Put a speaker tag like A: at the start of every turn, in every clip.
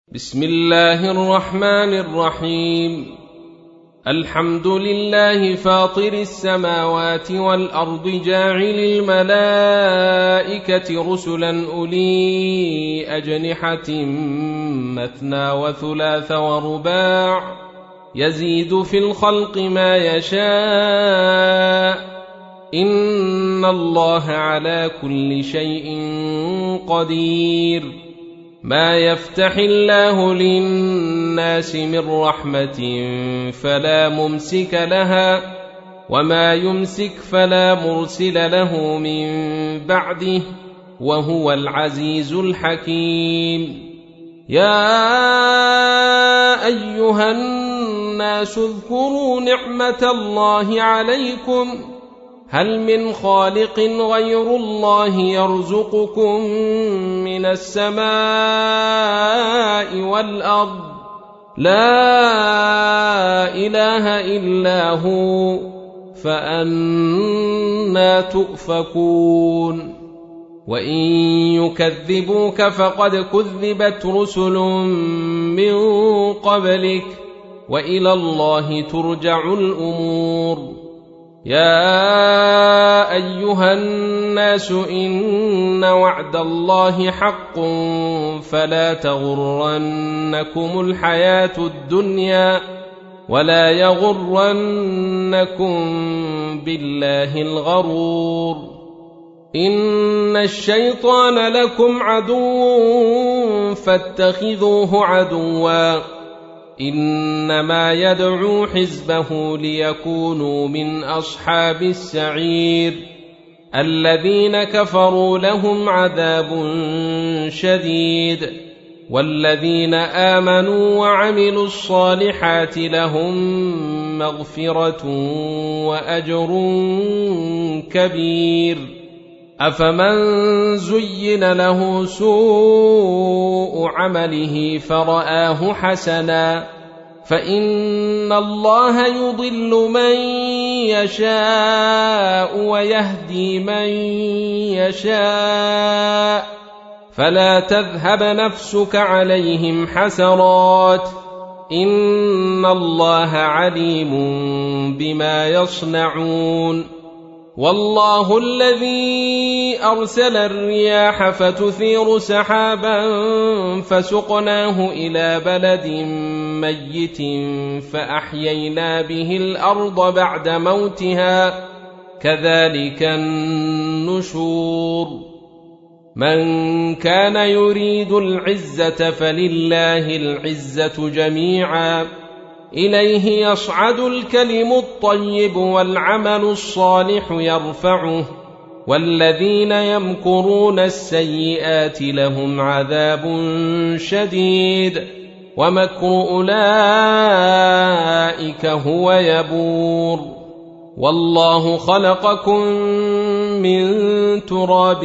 A: بسم الله الرحمن الرحيم. الحمد لله فاطر السماوات والأرض جاعل الملائكة رسلا أولي أجنحة مثنى وثلاث ورباع يزيد في الخلق ما يشاء إن الله على كل شيء قدير. ما يفتح الله للناس من رحمة فلا ممسك لها وما يمسك فلا مرسل له من بعده وهو العزيز الحكيم. يا أيها الناس اذكروا نعمة الله عليكم هل من خالق غير الله يرزقكم من السماء والأرض لا إله إلا هو فأنى تؤفكون. وإن يكذبوك فقد كذبت رسل من قبلك وإلى الله ترجع الأمور. يا أيها الناس إن وعد الله حق فلا تغرنكم الحياة الدنيا ولا يغرنكم بالله الغرور. إن الشيطان لكم عدو فاتخذوه عدوا إنما يدعو حزبه ليكونوا من أصحاب السعير. الذين كفروا لهم عذاب شديد والذين آمنوا وعملوا الصالحات لهم مغفرة وأجر كبير. أفمن زين له سوء عمله فرآه حسنا فإن الله يضل من يشاء ويهدي من يشاء فلا تذهب نفسك عليهم حسرات إن الله عليم بما يصنعون. والله الذي أرسل الرياح فتثير سحابا فسقناه إلى بلد ميت فأحيينا به الأرض بعد موتها كذلك النشور. من كان يريد العزة فلله العزة جميعا إليه يصعد الكلم الطيب والعمل الصالح يرفعه والذين يمكرون السيئات لهم عذاب شديد ومكر أولئك هو يبور. والله خلقكم من تراب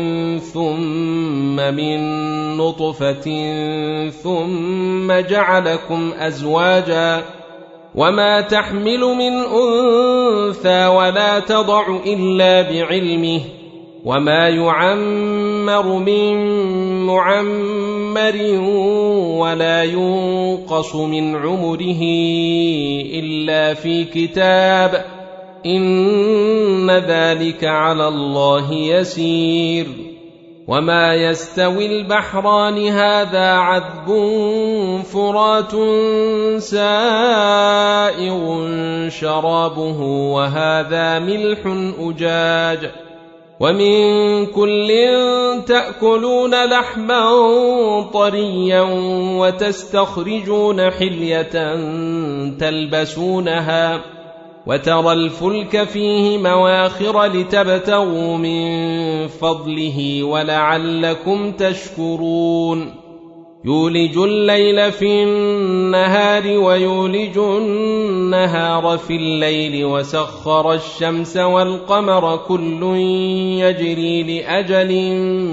A: ثم من نطفة ثم جعلكم أزواجا وما تحمل من أنثى ولا تضع إلا بعلمه وما يعمر من معمر ولا ينقص من عمره إلا في كتاب إن ذلك على الله يسير. وما يستوي البحران هذا عذب فرات سائغ شرابه وهذا ملح أجاج ومن كل تأكلون لحما طريا وتستخرجون حلية تلبسونها وترى الفلك فيه مواخر لتبتغوا من فضله ولعلكم تشكرون. يولج الليل في النهار ويولج النهار في الليل وسخر الشمس والقمر كل يجري لأجل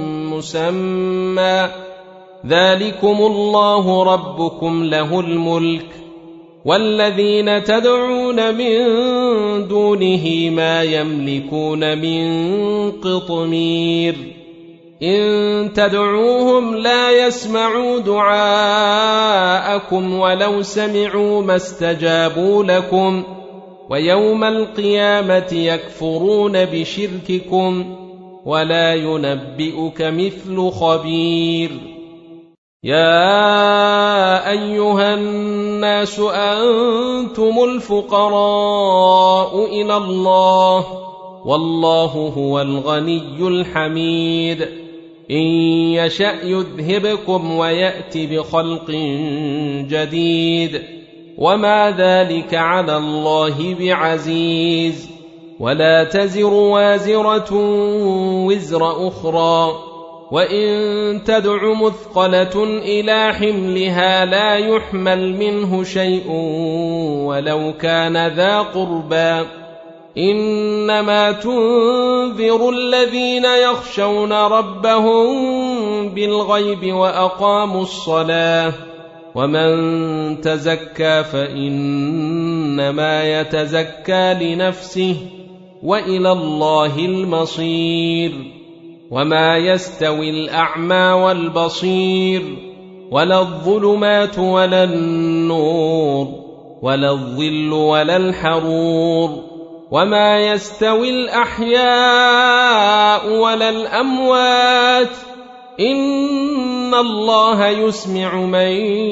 A: مسمى ذلكم الله ربكم له الملك والذين تدعون من دونه ما يملكون من قطمير. إن تدعوهم لا يسمعوا دعاءكم ولو سمعوا ما استجابوا لكم ويوم القيامة يكفرون بشرككم ولا ينبئك مثل خبير. يا أيها الناس أنتم الفقراء إلى الله والله هو الغني الحميد إن يشأ يذهبكم ويأت بخلق جديد وما ذلك على الله بعزيز ولا تزر وازرة وزر أخرى وإن تدع مثقلة إلى حملها لا يحمل منه شيء ولو كان ذا قربى إنما تنذر الذين يخشون ربهم بالغيب وأقاموا الصلاة ومن تزكى فإنما يتزكى لنفسه وإلى الله المصير. وما يستوي الأعمى والبصير ولا الظلمات ولا النور ولا الظل ولا الحرور وما يستوي الأحياء ولا الأموات إن الله يسمع من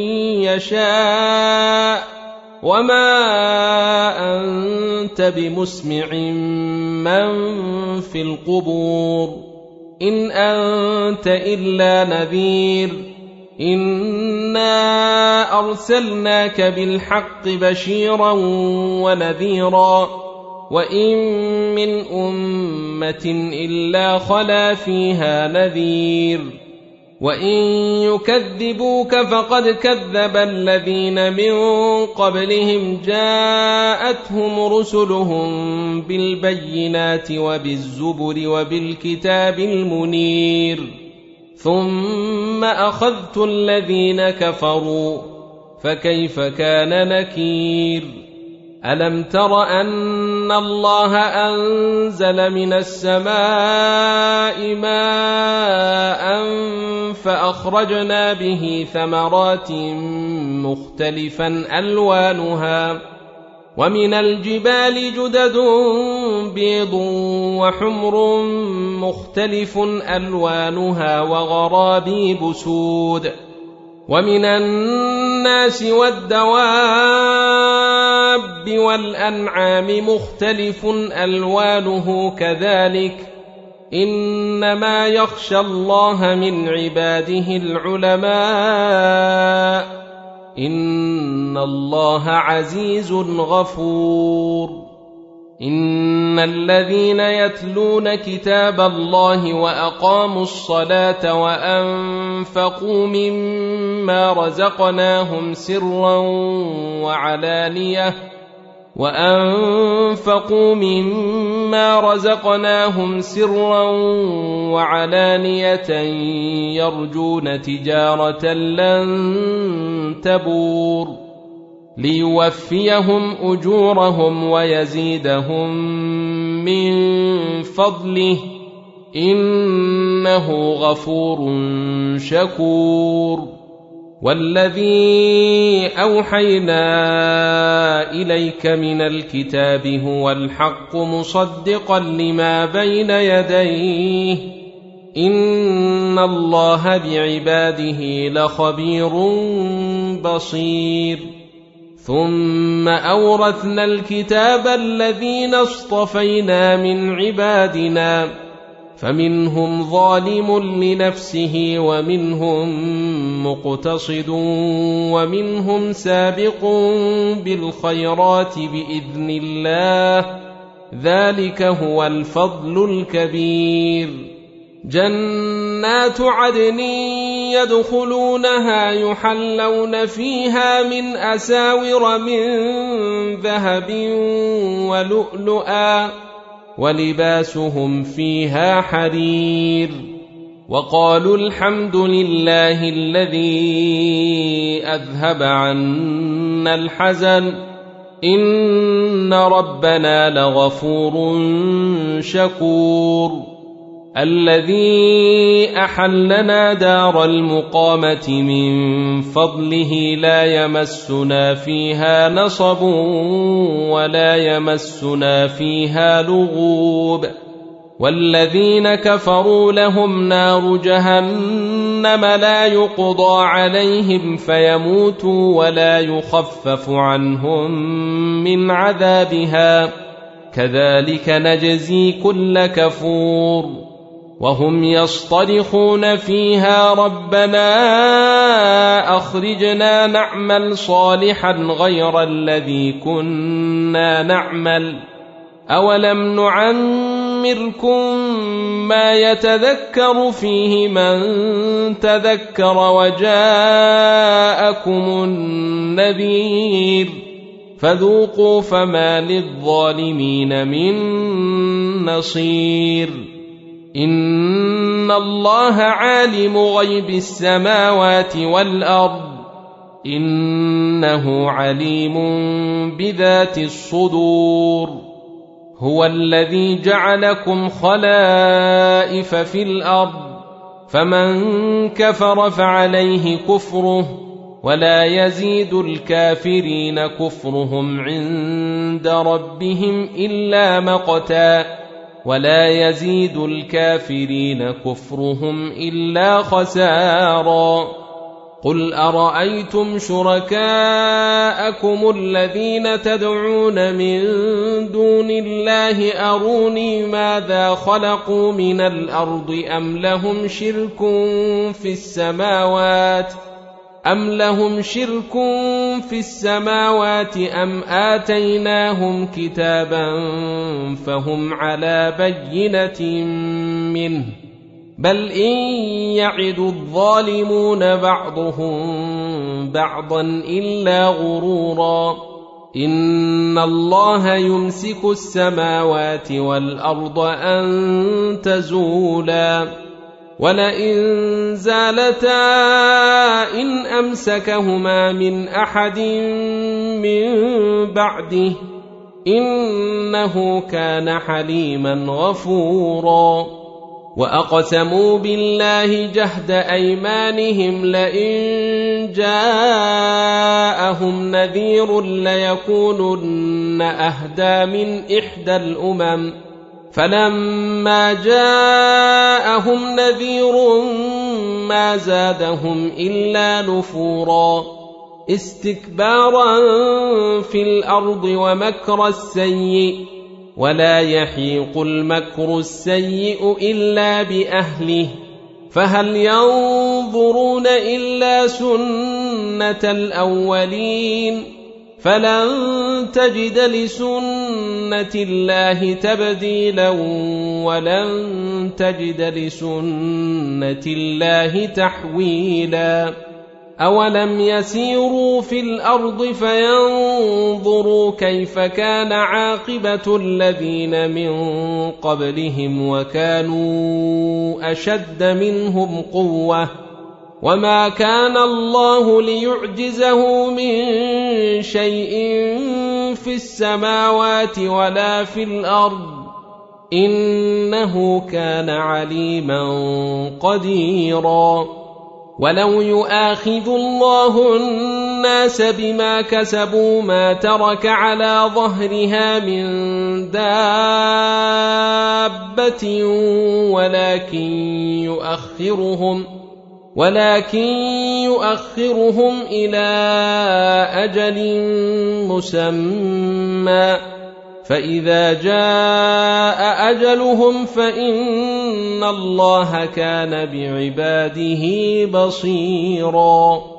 A: يشاء وما أنت بمسمع من في القبور إن أنت إلا نذير إنا أرسلناك بالحق بشيرا ونذيرا وإن من أمة إلا خلا فيها نذير وإن يكذبوك فقد كذب الذين من قبلهم جاءتهم رسلهم بالبينات وبالزبر وبالكتاب المنير ثم أخذت الذين كفروا فكيف كان نكير. ألم تر أن الله أنزل من السماء ماء فأخرجنا به ثمرات مختلفا ألوانها ومن الجبال جدد بيض وحمر مختلف ألوانها وغرابيب سود ومن الناس والدواب والأنعام مختلف ألوانه كذلك إنما يخشى الله من عباده العلماء إن الله عزيز غفور. إن الذين يتلون كتاب الله وأقاموا الصلاة وأنفقوا مما رزقناهم سرا وعلانية يرجون تجارة لن تبور ليوفيهم أجورهم ويزيدهم من فضله إنه غفور شكور. والذي أوحينا إليك من الكتاب هو الحق مصدقا لما بين يديه إن الله بعباده لخبير بصير. ثم أورثنا الكتاب الذين اصطفينا من عبادنا فمنهم ظالم لنفسه ومنهم مقتصد ومنهم سابق بالخيرات بإذن الله ذلك هو الفضل الكبير. جنات عدن يدخلونها يحلون فيها من أساور من ذهب ولؤلؤا ولباسهم فيها حرير وقالوا الحمد لله الذي أذهب عنا الحزن إن ربنا لغفور شكور. الذي أحلنا دار المقامة من فضله لا يمسنا فيها نصب ولا يمسنا فيها لغوب والذين كفروا لهم نار جهنم لا يقضى عليهم فيموتوا ولا يخفف عنهم من عذابها كذلك نجزي كل كفور وهم يصطرخون فيها ربنا أخرجنا نعمل صالحا غير الذي كنا نعمل أولم نعمركم ما يتذكر فيه من تذكر وجاءكم النذير فذوقوا فما للظالمين من نصير إن الله عالم غيب السماوات والأرض إنه عليم بذات الصدور هو الذي جعلكم خلائف في الأرض فمن كفر فعليه كفره ولا يزيد الكافرين كفرهم عند ربهم إلا مقتا ولا يزيد الكافرين كفرهم إلا خسارا قل أرأيتم شركاءكم الذين تدعون من دون الله أروني ماذا خلقوا من الأرض أم لهم شرك في السماوات أم آتيناهم كتابا فهم على بينة منه بل إن يعد الظالمون بعضهم بعضا إلا غرورا إن الله يمسك السماوات والأرض أن تزولا ولئن زالتا إن أمسكهما من أحد من بعده إنه كان حليما غفورا وأقسموا بالله جهد أيمانهم لئن جاءهم نذير ليكونن أهدى من إحدى الأمم فلما جاءهم نذير ما زادهم إلا نفورا استكبارا في الأرض ومكر السيء ولا يحيق المكر السيء إلا بأهله فهل ينظرون إلا سنة الأولين فلن تجد لسنة الله تبديلا ولن تجد لسنة الله تحويلا أولم يسيروا في الأرض فينظروا كيف كان عاقبة الذين من قبلهم وكانوا أشد منهم قوة وما كان الله ليعجزه من شيء في السماوات ولا في الأرض إنه كان عليما قديرا ولو يؤاخذ الله الناس بما كسبوا ما ترك على ظهرها من دابة ولكن يؤخرهم إلى أجل مسمى فإذا جاء أجلهم فإن الله كان بعباده بصيراً